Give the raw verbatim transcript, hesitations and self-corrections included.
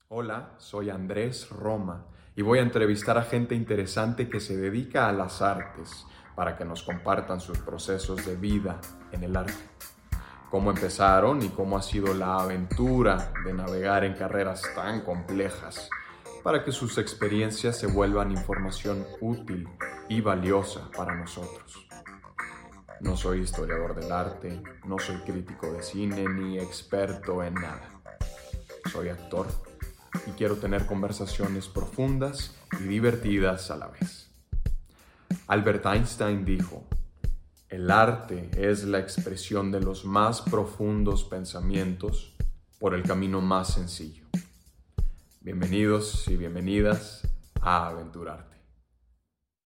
Hola, soy Andrés Roma y voy a entrevistar a gente interesante que se dedica a las artes para que nos compartan sus procesos de vida en el arte. Cómo empezaron y cómo ha sido la aventura de navegar en carreras tan complejas para que sus experiencias se vuelvan información útil y valiosa para nosotros. No soy historiador del arte, no soy crítico de cine ni experto en nada. Soy actor y quiero tener conversaciones profundas y divertidas a la vez. Albert Einstein dijo: el arte es la expresión de los más profundos pensamientos por el camino más sencillo. Bienvenidos y bienvenidas a Aventurarte.